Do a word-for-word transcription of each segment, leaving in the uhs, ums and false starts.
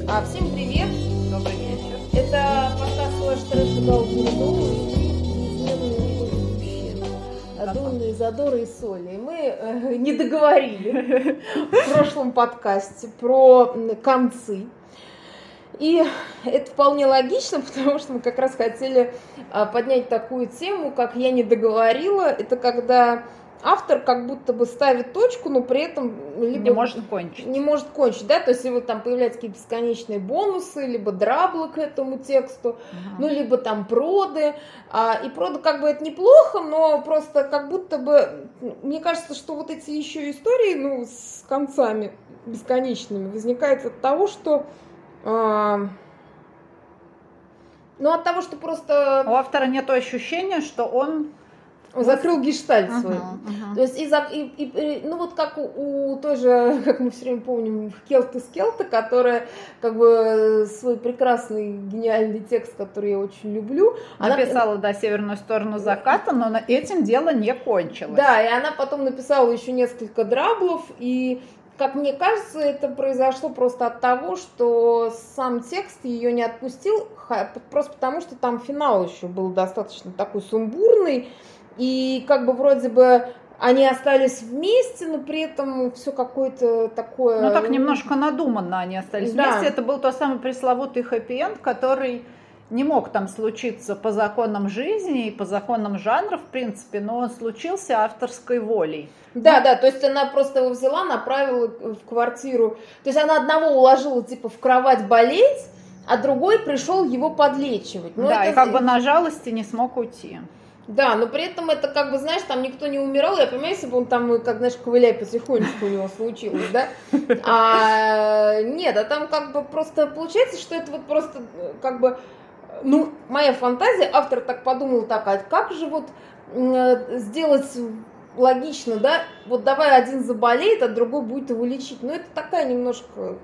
А, всем привет! Добрый вечер. Это подкаст «Слэш Трэш и Галкин Дом» и неизменные мужчин. Адонные задоры и соли. И мы э, не договорили в прошлом подкасте про концы. И это вполне логично, потому что мы как раз хотели а, поднять такую тему, как «я не договорила». Это когда автор как будто бы ставит точку, но при этом либо не может кончить. Не может кончить, да, то есть вот там появляются какие-то бесконечные бонусы, либо драблы к этому тексту, uh-huh. ну, либо там проды. А, и проды как бы это неплохо, но просто как будто бы, мне кажется, что вот эти еще истории, ну, с концами бесконечными возникают от того, что... А, ну, от того, что просто... У автора нет ощущения, что он... закрыл гештальт uh-huh, свой. uh-huh. То есть, и, и, и, ну вот как у, у той же, как мы все время помним, Келты Скелта, которая как бы свой прекрасный гениальный текст, который я очень люблю. Написала, она... да, «Северную сторону заката», но на этим дело не кончилось. Да, и она потом написала еще несколько драблов, и, как мне кажется, это произошло просто от того, что сам текст ее не отпустил, просто потому что там финал еще был достаточно такой сумбурный, и как бы вроде бы они остались вместе, но при этом все какое-то такое... Ну так немножко надуманно они остались да. вместе. Это был тот самый пресловутый хэппи-энд, который не мог там случиться по законам жизни и по законам жанра, в принципе, но он случился авторской волей. Да, ну, да, то есть она просто его взяла, направила в квартиру. То есть она одного уложила типа в кровать болеть, а другой пришел его подлечивать. Ну, да, это... и как бы на жалости не смог уйти. Да, но при этом это как бы, знаешь, там никто не умирал, я понимаю, если бы он там, как, знаешь, ковыляй потихонечку у него случилось, да, а нет, а там как бы просто получается, что это вот просто как бы, ну, моя фантазия, автор так подумал, так, а как же вот сделать логично, да, вот давай один заболеет, а другой будет его лечить, ну, это такая немножко...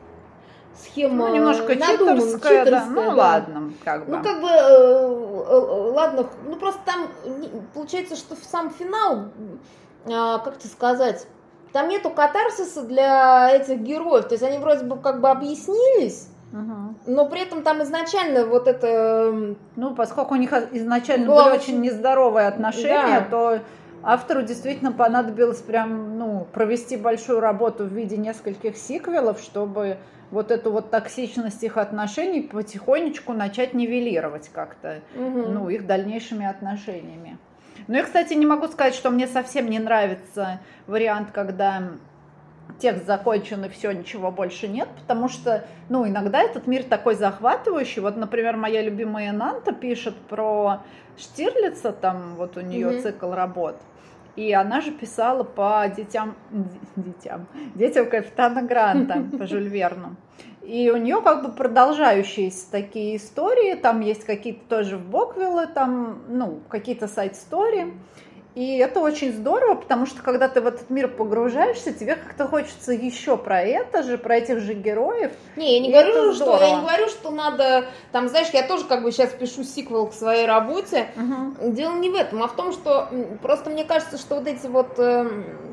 схема ну, немножко надуманная, читерская, да. Ну, да. ладно, как бы. Ну, как бы, э, ладно, ну, просто там получается, что сам финал, э, как тебе сказать, там нету катарсиса для этих героев, то есть они вроде бы как бы объяснились, угу. но при этом там изначально вот это... Ну, поскольку у них изначально было... были очень нездоровые отношения, да. то... автору действительно понадобилось прям, ну, провести большую работу в виде нескольких сиквелов, чтобы вот эту вот токсичность их отношений потихонечку начать нивелировать как-то, угу. ну, их дальнейшими отношениями. Ну и, кстати, не могу сказать, что мне совсем не нравится вариант, когда текст закончен и все, ничего больше нет, потому что, ну, иногда этот мир такой захватывающий. Вот, например, моя любимая Нанта пишет про Штирлица, там вот у нее mm-hmm. цикл работ, и она же писала по детям, детям, детям капитана Гранта, по Жюль Верну. И у нее как бы продолжающиеся такие истории, там есть какие-то тоже в Боквилле, там, ну, какие-то сайд-стори. И это очень здорово, потому что когда ты в этот мир погружаешься, тебе как-то хочется еще про это же, про этих же героев. Не, я не говорю, что я не говорю, что надо, там, знаешь, я тоже как бы сейчас пишу сиквел к своей работе. Угу. Дело не в этом, а в том, что просто мне кажется, что вот эти вот, э,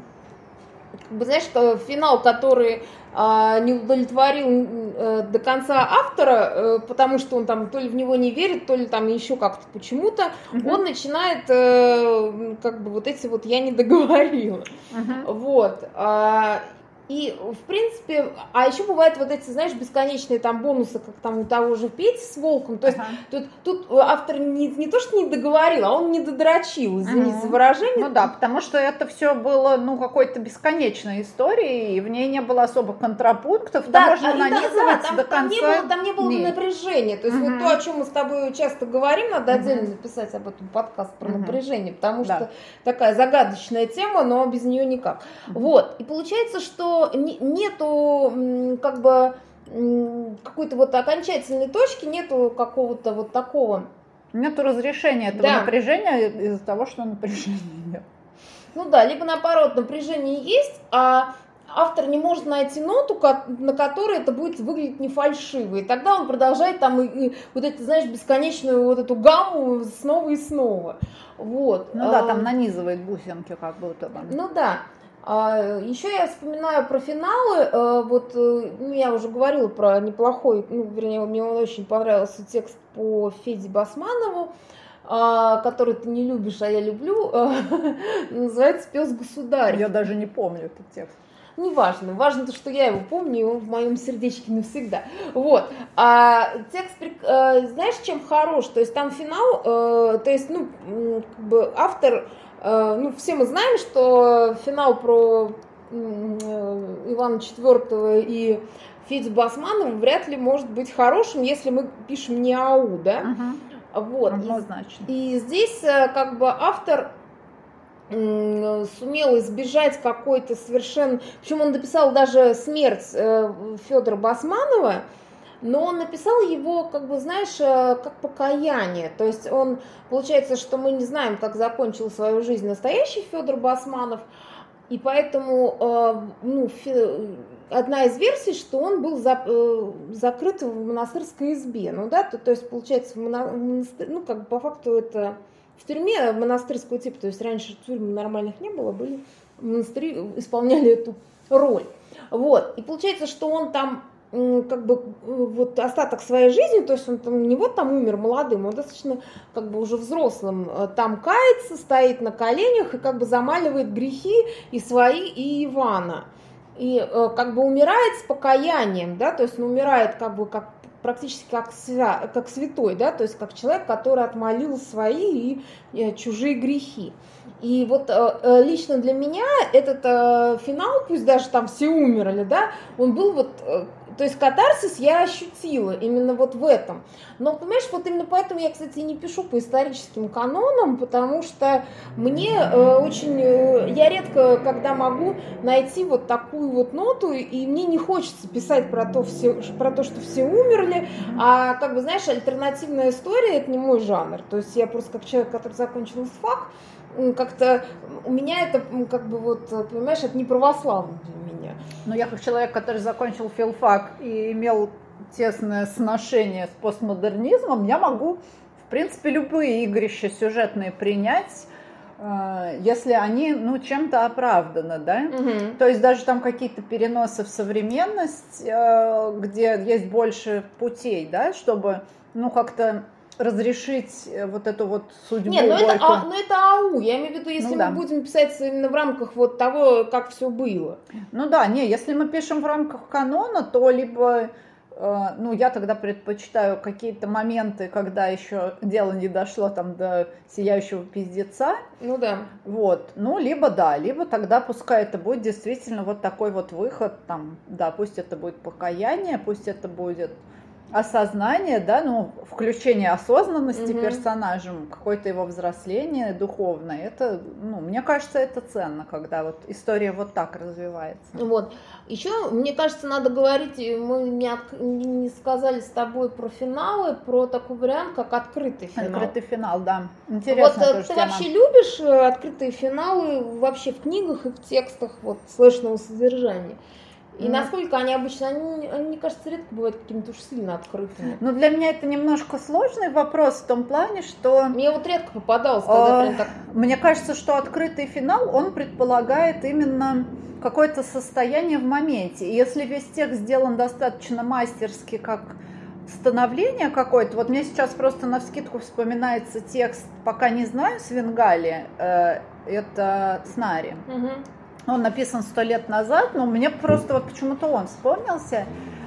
как бы, знаешь, финал, который э, не удовлетворил э, до конца автора, э, потому что он там то ли в него не верит, то ли там еще как-то почему-то, угу. он начинает э, как бы вот эти вот «я не договорила». Угу. Вот. А, и, в принципе, а еще бывают вот эти, знаешь, бесконечные там бонусы, как там у того же Пети с волком. То есть ага. тут, тут автор не, не то, что не договорил, а он не додрочил, извините ага. за выражение. Ну да, потому что это все было, ну, какой-то бесконечной историей, и в ней не было особо контрапунктов, да, там можно а, нанизывать да, там, до там конца. Не было, там не было напряжения. То есть ага. вот то, о чем мы с тобой часто говорим, надо ага. отдельно написать об этом подкаст про ага. напряжение, потому да. что такая загадочная тема, но без нее никак. Ага. Вот, и получается, что нету как бы какой-то вот окончательной точки, нету какого-то вот такого. Нету разрешения этого да. напряжения из-за того, что напряжения нет. Ну да, либо наоборот, напряжение есть, а автор не может найти ноту, на которой это будет выглядеть не фальшиво. И тогда он продолжает там и, и вот это, знаешь, бесконечную вот эту гамму снова и снова. Вот. Ну да, там нанизывает бусинки как будто бы. Ну да. Еще я вспоминаю про финалы. Вот, ну, я уже говорила про неплохой, ну, вернее, мне очень понравился текст по Феде Басманову, который ты не любишь, а я люблю. Называется «Пес государь». Я даже не помню этот текст. Неважно, важно то, что я его помню, он в моем сердечке навсегда. Вот. А текст, знаешь, чем хорош? То есть там финал, то есть, ну, как бы автор, ну, все мы знаем, что финал про Ивана четвёртого и Федю Басманова вряд ли может быть хорошим, если мы пишем не АУ, да? Угу. Вот. Однозначно. И, и здесь как бы автор сумел избежать какой-то совершенно... Причем он написал даже смерть Федора Басманова, но он написал его, как бы, знаешь, как покаяние. То есть он, получается, что мы не знаем, как закончил свою жизнь настоящий Федор Басманов, и поэтому, ну, одна из версий, что он был за, закрыт в монастырской избе. Ну, да, то, то есть, получается, в монастырь, ну, как бы, по факту это... В тюрьме монастырского типа, то есть раньше тюрьм нормальных не было, были монастыри, исполняли эту роль. Вот. И получается, что он там как бы вот остаток своей жизни, то есть он там не вот там умер молодым, он достаточно как бы уже взрослым, там кается, стоит на коленях и как бы замаливает грехи и свои, и Ивана. И как бы умирает с покаянием, да, то есть он умирает как бы как практически как, свя... как святой, да, то есть как человек, который отмолил свои и, и чужие грехи. И вот э, лично для меня этот э, финал, пусть даже там все умерли, да, он был вот, э, то есть катарсис я ощутила именно вот в этом. Но, понимаешь, вот именно поэтому я, кстати, не пишу по историческим канонам, потому что мне э, очень, э, я редко, когда могу найти вот такую вот ноту, и мне не хочется писать про то, все, про то, что все умерли, а, как бы, знаешь, альтернативная история, это не мой жанр. То есть я просто как человек, который закончил ИСФАК, как-то у меня это, как бы, вот, понимаешь, это не православно для меня. Но я как человек, который закончил филфак и имел тесное сношение с постмодернизмом, я могу, в принципе, любые игрища сюжетные принять, если они, ну, чем-то оправданы, да? Угу. То есть даже там какие-то переносы в современность, где есть больше путей, да, чтобы, ну, как-то разрешить вот эту вот судьбу. Нет, но это, а, но это АУ, я имею в виду, если ну, мы да. будем писать именно в рамках вот того, как все было. Ну да, не, если мы пишем в рамках канона, то либо, э, ну я тогда предпочитаю какие-то моменты, когда еще дело не дошло там до сияющего пиздеца. Ну да. Вот, ну либо да, либо тогда пускай это будет действительно вот такой вот выход, там, да, пусть это будет покаяние, пусть это будет осознание, да, ну, включение осознанности угу. персонажем, какое-то его взросление духовное, это, ну, мне кажется, это ценно, когда вот история вот так развивается. Вот. Еще, мне кажется, надо говорить, мы не, от, не сказали с тобой про финалы, про такой вариант, как открытый финал. Открытый финал, да. Интересно. Вот ты вообще не? любишь открытые финалы вообще в книгах и в текстах вот слэшного содержания? И mm. насколько они обычно, они, они, мне кажется, редко бывают какими-то уж сильно открытыми. Ну, для меня это немножко сложный вопрос в том плане, что... Мне вот редко попадалось, когда э, прям так... Мне кажется, что открытый финал, он предполагает именно какое-то состояние в моменте. И если весь текст сделан достаточно мастерски, как становление какое-то, вот мне сейчас просто навскидку вспоминается текст «Пока не знаю» Свенгали, э, это Снари. Mm-hmm. Он написан сто лет назад, но мне просто вот почему-то он вспомнился.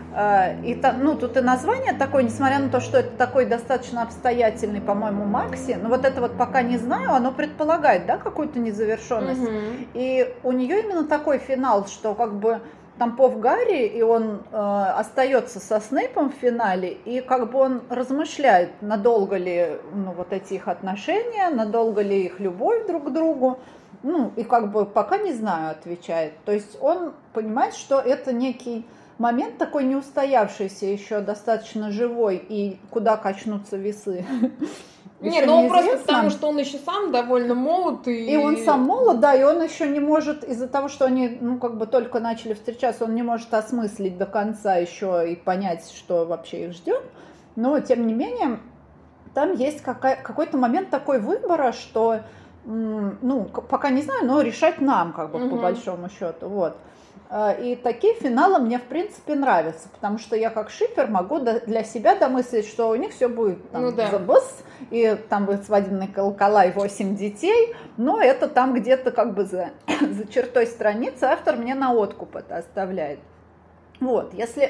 И ну, тут и название такое, несмотря на то, что это такой достаточно обстоятельный, по-моему, Макси, но вот это вот «Пока не знаю», оно предполагает, да, какую-то незавершенность. Mm-hmm. И у нее именно такой финал, что как бы там Пов Гарри, и он э, остается со Снейпом в финале, и как бы он размышляет, надолго ли ну, вот эти их отношения, надолго ли их любовь друг к другу. Ну, и как бы пока не знаю, отвечает. То есть он понимает, что это некий момент такой неустоявшийся, еще достаточно живой, и куда качнутся весы. Нет, ну просто потому, что он еще сам довольно молод. И... и он сам молод, да, и он еще не может, из-за того, что они, ну, как бы только начали встречаться, он не может осмыслить до конца еще и понять, что вообще их ждет. Но, тем не менее, там есть какая- какой-то момент такой выбора, что ну, пока не знаю, но решать нам, как бы, угу. по большому счету, вот. И такие финалы мне, в принципе, нравятся, потому что я как шипер могу для себя домыслить, что у них все будет там, ну, да. забыс, и там будет свадебный колокола и восемь детей, но это там где-то как бы за, за чертой страницы автор мне на откуп это оставляет. Вот, если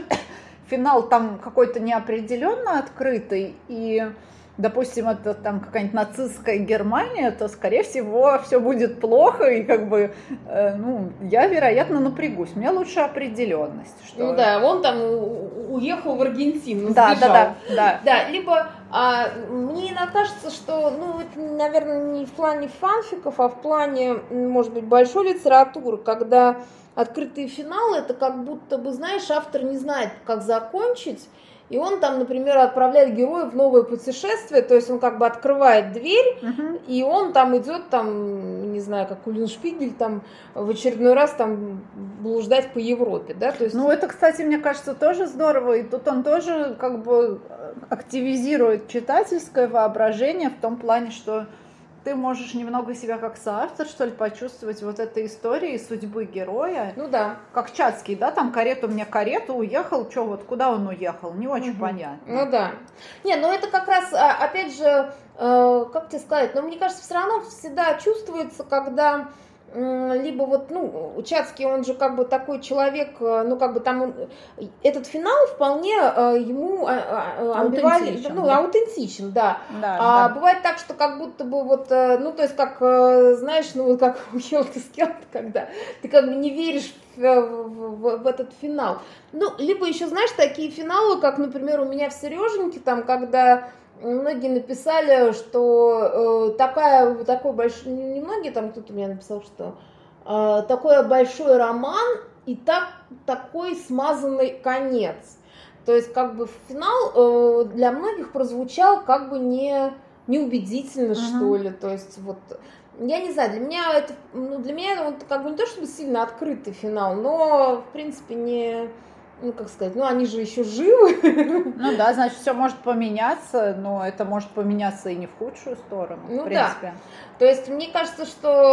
финал там какой-то неопределенно открытый и... допустим, это там какая-нибудь нацистская Германия, то, скорее всего, все будет плохо, и как бы, э, ну, я, вероятно, напрягусь. Мне лучше определенность. Что... Ну да, он там уехал в Аргентину, да, сбежал. Да, да, да. Да, либо а, мне иногда кажется, что, ну, это, наверное, не в плане фанфиков, а в плане, может быть, большой литературы, когда открытые финалы, это как будто бы, знаешь, автор не знает, как закончить, и он там, например, отправляет героя в новое путешествие, то есть он как бы открывает дверь, uh-huh. и он там идет, там, не знаю, как Уллиншпигель, там в очередной раз там блуждать по Европе, да, то есть... Ну, это, кстати, мне кажется, тоже здорово, и тут он тоже как бы активизирует читательское воображение в том плане, что ты можешь немного себя как соавтор, что ли, почувствовать вот этой истории судьбы героя. Ну да. Как Чацкий, да, там карету мне карету, уехал, что вот, куда он уехал, не очень угу. понятно. Ну да. Не, ну это как раз, опять же, э, как тебе сказать, но мне кажется, все равно всегда чувствуется, когда... либо вот, ну, Чацкий, он же как бы такой человек, ну, как бы там он, этот финал вполне ему аутентичен, ну, да. аутентичен, да. Да, а да. Бывает так, что как будто бы вот, ну, то есть как, знаешь, ну, как у Хелта Скелта, когда ты как бы не веришь в, в, в этот финал. Ну, либо еще, знаешь, такие финалы, как, например, у меня в Сереженьке, там, когда... Многие написали, что э, такая, такой большой, не многие, там кто-то мне написал, что э, такой большой роман и так, такой смазанный конец. То есть как бы финал э, для многих прозвучал как бы не, неубедительно, uh-huh. что ли. То есть вот, я не знаю, для меня это, ну, для меня он как бы не то чтобы сильно открытый финал, но в принципе не... Ну, как сказать, ну, они же еще живы. Ну да, значит, все может поменяться, но это может поменяться и не в худшую сторону, ну, в принципе. Да. То есть, мне кажется,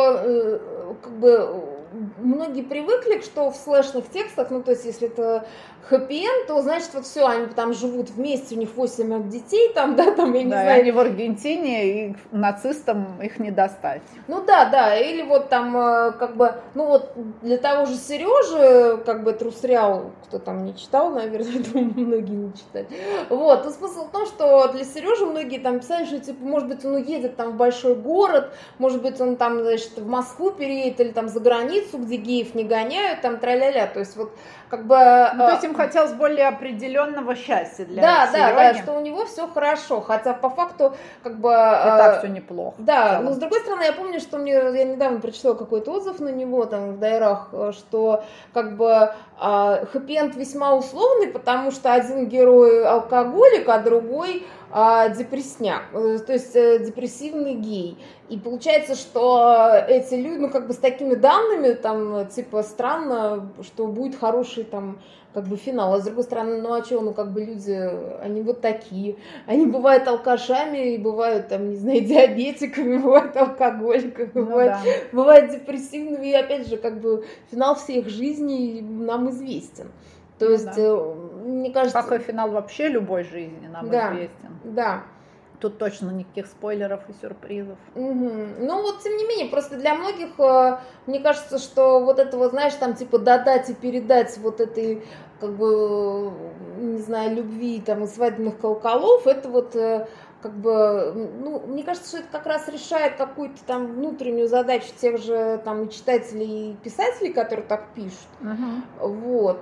что как бы многие привыкли, что в слэшных текстах, ну, то есть, если это хэппи-энд, то, значит, вот все, они там живут вместе, у них восемь детей, там, да, там, я не да, знаю. они в Аргентине, и нацистам их не достать. Ну да, да, или вот там, как бы, ну вот для того же Сережи, как бы, Трусрял, кто там не читал, наверное, думаю, многие не читали. Вот, но смысл в том, что для Сережи многие там писали, что, типа, может быть, он уедет там в большой город, может быть, он там, значит, в Москву переедет или там за границу, где геев не гоняют, там, тра-ля-ля, то есть вот, как бы... Ну, то есть им хотелось более определенного счастья для да, Сереги. Да, да, что у него все хорошо, хотя по факту, как бы... И так все неплохо. Да, но с другой стороны, я помню, что мне, я недавно прочитала какой-то отзыв на него, там, в Дайрах, что, как бы, хэппи-энд весьма условный, потому что один герой алкоголик, а другой депрессняк, то есть депрессивный гей. И получается, что эти люди, ну, как бы с такими данными, там, типа, странно, что будет хороший, там, как бы финал. А с другой стороны, ну, а что, ну, как бы люди, они вот такие. Они бывают алкашами, и бывают, там, не знаю, диабетиками, бывают алкоголиками, ну, бывают, да. бывают депрессивными. И, опять же, как бы финал всех жизней нам известен. То ну, есть, да. мне кажется... Какой финал вообще любой жизни нам да, известен. Да. Тут точно никаких спойлеров и сюрпризов. Угу. Ну вот, тем не менее, просто для многих, мне кажется, что вот это вот, знаешь, там, типа, додать и передать вот этой, как бы, не знаю, любви, там, и свадебных колоколов, это вот... как бы, ну, мне кажется, что это как раз решает какую-то там внутреннюю задачу тех же там читателей и писателей, которые так пишут. Угу. Вот.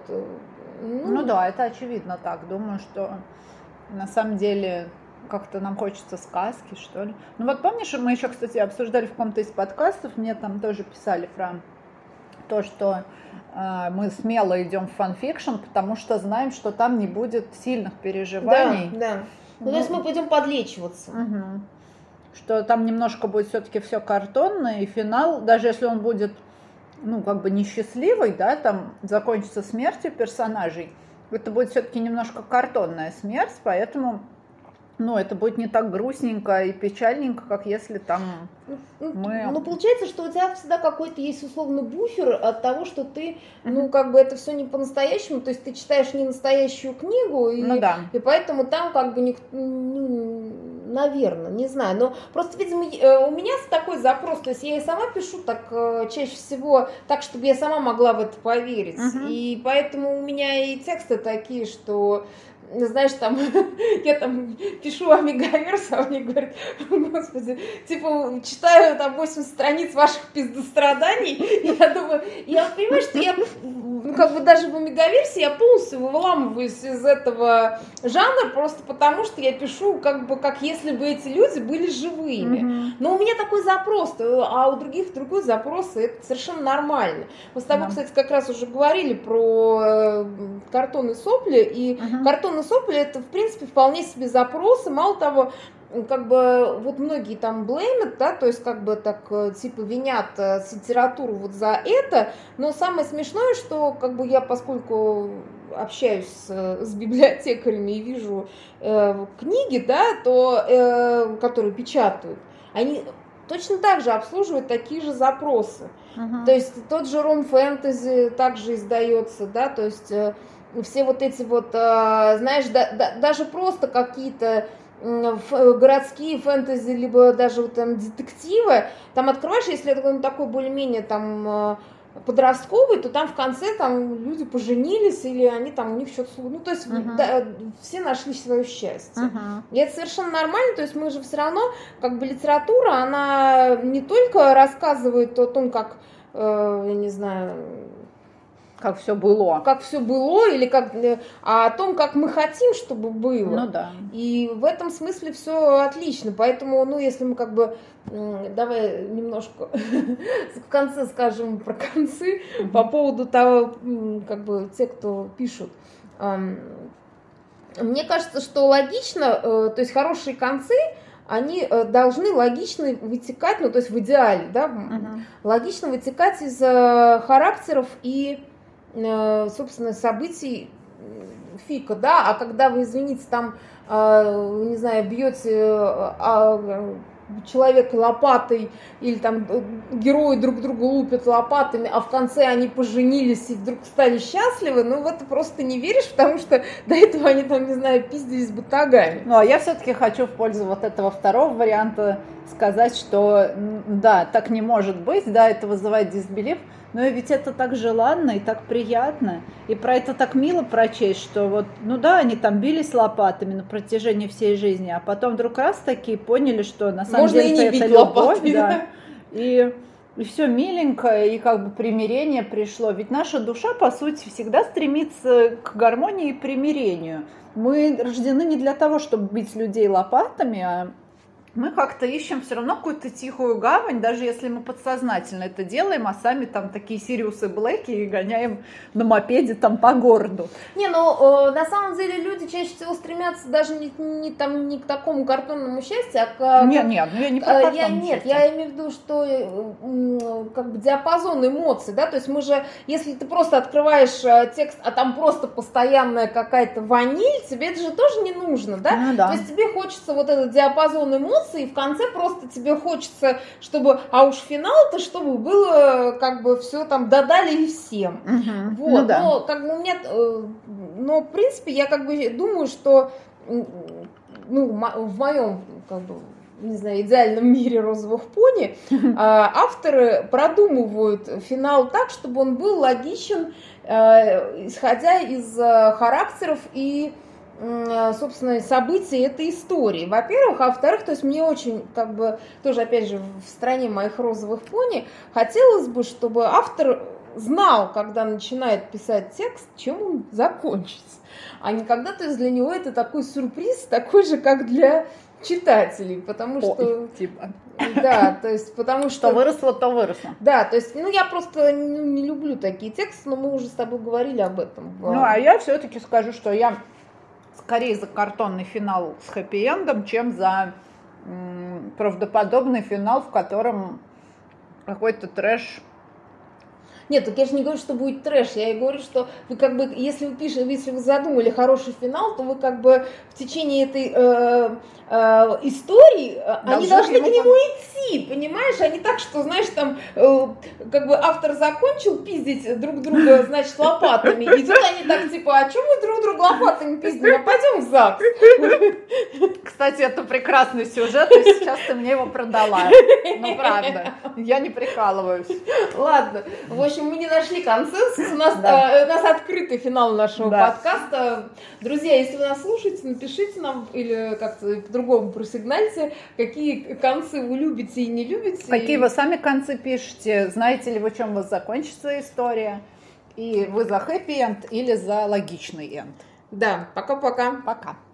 Ну, ну да, это очевидно так. Думаю, что на самом деле как-то нам хочется сказки, что ли. Ну вот помнишь, мы еще, кстати, обсуждали в каком-то из подкастов, мне там тоже писали про то, что э, мы смело идем в фанфикшн, потому что знаем, что там не будет сильных переживаний. Да, да. Ну, ну, то есть мы пойдем подлечиваться. Угу. Что там немножко будет все-таки все картонно, и финал, даже если он будет, ну, как бы несчастливый, да, там закончится смертью персонажей, это будет все-таки немножко картонная смерть, поэтому Ну, это будет не так грустненько и печальненько, как если там ну, мы... Ну, получается, что у тебя всегда какой-то есть условно буфер от того, что ты, ну, как бы это все не по-настоящему, то есть ты читаешь не настоящую книгу, и, ну, да. и поэтому там как бы, не, ну, наверное, не знаю, но просто, видимо, у меня такой запрос, то есть я и сама пишу так чаще всего, так, чтобы я сама могла в это поверить, uh-huh. и поэтому у меня и тексты такие, что... Знаешь, там, я там пишу о мегаверс, а мне говорят, господи, типа, читаю там восемь страниц ваших пиздостраданий, и я думаю, я вот понимаю, что я, ну, как бы даже в омегаверсе я полностью выламываюсь из этого жанра, просто потому что я пишу, как бы, как если бы эти люди были живыми. Mm-hmm. Но у меня такой запрос, а у других другой запрос, и это совершенно нормально. Мы с тобой, yeah. кстати, как раз уже говорили про картон и сопли, и uh-huh. картон сопли это, в принципе, вполне себе запросы. Мало того, как бы вот многие там блеймят, да, то есть как бы так типа винят литературу вот за это, но самое смешное, что как бы я, поскольку общаюсь с, с библиотекарями и вижу э, книги, да, то, э, которые печатают, они точно так же обслуживают такие же запросы. Uh-huh. То есть тот же ром-фэнтези также издается, да, то есть э, все вот эти вот, э, знаешь, да, да, даже просто какие-то э, городские фэнтези, либо даже вот там детективы, там открываешь, если это такой более-менее там э, подростковый, то там в конце там люди поженились или они там, у них что-то, ну, то есть uh-huh. да, все нашли свое счастье. Uh-huh. И это совершенно нормально, то есть мы же все равно, как бы литература, она не только рассказывает о том, как, э, я не знаю... Как все было. Как все было, или как, а о том, как мы хотим, чтобы было. Ну да. И в этом смысле все отлично. Поэтому, ну, если мы как бы, давай немножко в конце скажем про концы, mm-hmm. по поводу того, как бы, те, кто пишут. Мне кажется, что логично, то есть хорошие концы, они должны логично вытекать, ну, то есть в идеале, да, uh-huh. логично вытекать из характеров и, собственно, событий фика, да, а когда вы, извините, там, не знаю, бьете человека лопатой или там герои друг друга лупят лопатами, а в конце они поженились и вдруг стали счастливы, ну в это просто не веришь, потому что до этого они там, не знаю, пиздились батагами. Ну, а я все-таки хочу в пользу вот этого второго варианта сказать, что да, так не может быть, да, это вызывает дисбелив, но ведь это так желанно и так приятно, и про это так мило прочесть, что вот, ну да, они там бились лопатами на протяжении всей жизни, а потом вдруг раз такие поняли, что на самом Можно деле это любовь, лопатами, да, да. и, и все миленько, и как бы примирение пришло, ведь наша душа, по сути, всегда стремится к гармонии и примирению. Мы рождены не для того, чтобы бить людей лопатами, а мы как-то ищем все равно какую-то тихую гавань, даже если мы подсознательно это делаем, а сами там такие Сириусы Блэки и гоняем на мопеде там по городу. Не, ну, э, на самом деле люди чаще всего стремятся даже не, не, там, не к такому картонному счастью, а к... Нет, нет, ну я не про картонное я, Нет, счастье. я имею в виду, что э, как бы диапазон эмоций, да, то есть мы же, если ты просто открываешь э, текст, а там просто постоянная какая-то ваниль, тебе это же тоже не нужно, да? Ну, да. То есть тебе хочется вот этот диапазон эмоций, и в конце просто тебе хочется, чтобы, а уж финал-то, чтобы было, как бы, все там додали и всем. Угу. Вот, ну, да. но, как бы, у меня, но, в принципе, я, как бы, думаю, что, ну, в моем, как бы, не знаю, идеальном мире розовых пони, авторы продумывают финал так, чтобы он был логичен, исходя из характеров и, собственно, событий этой истории. Во-первых, а во-вторых, то есть мне очень, как бы, тоже, опять же, в стране моих розовых пони, хотелось бы, чтобы автор знал, когда начинает писать текст, чем он закончится. А не когда, то есть для него это такой сюрприз, такой же, как для читателей, потому что... Ой, типа. Да, то есть, потому что... Что выросло, то выросло. Да, то есть, ну, я просто не, не люблю такие тексты, но мы уже с тобой говорили об этом. Ну, а я все-таки скажу, что я скорее за картонный финал с хэппи-эндом, чем за м, правдоподобный финал, в котором какой-то трэш Нет, так я же не говорю, что будет трэш, я и говорю, что вы как бы, если вы пишете, если вы задумали хороший финал, то вы как бы в течение этой э, э, истории, должны они должны к нему идти, понимаешь, а не так, что, знаешь, там, э, как бы автор закончил пиздить друг друга, значит, лопатами, и тут они так, типа, а что мы друг друга лопатами пиздим, а пойдем в ЗАГС. Кстати, это прекрасный сюжет, и сейчас ты мне его продала. Ну, правда, я не прикалываюсь. Ладно, в общем, мы не нашли консенсус, у нас, да. э, у нас открытый финал нашего да. подкаста. Друзья, если вы нас слушаете, напишите нам или как-то по-другому просигнальте, какие концы вы любите и не любите. Какие вы сами концы пишете, знаете ли вы, чем у вас закончится история, и вы за хэппи-энд или за логичный энд. Да, пока-пока. Пока.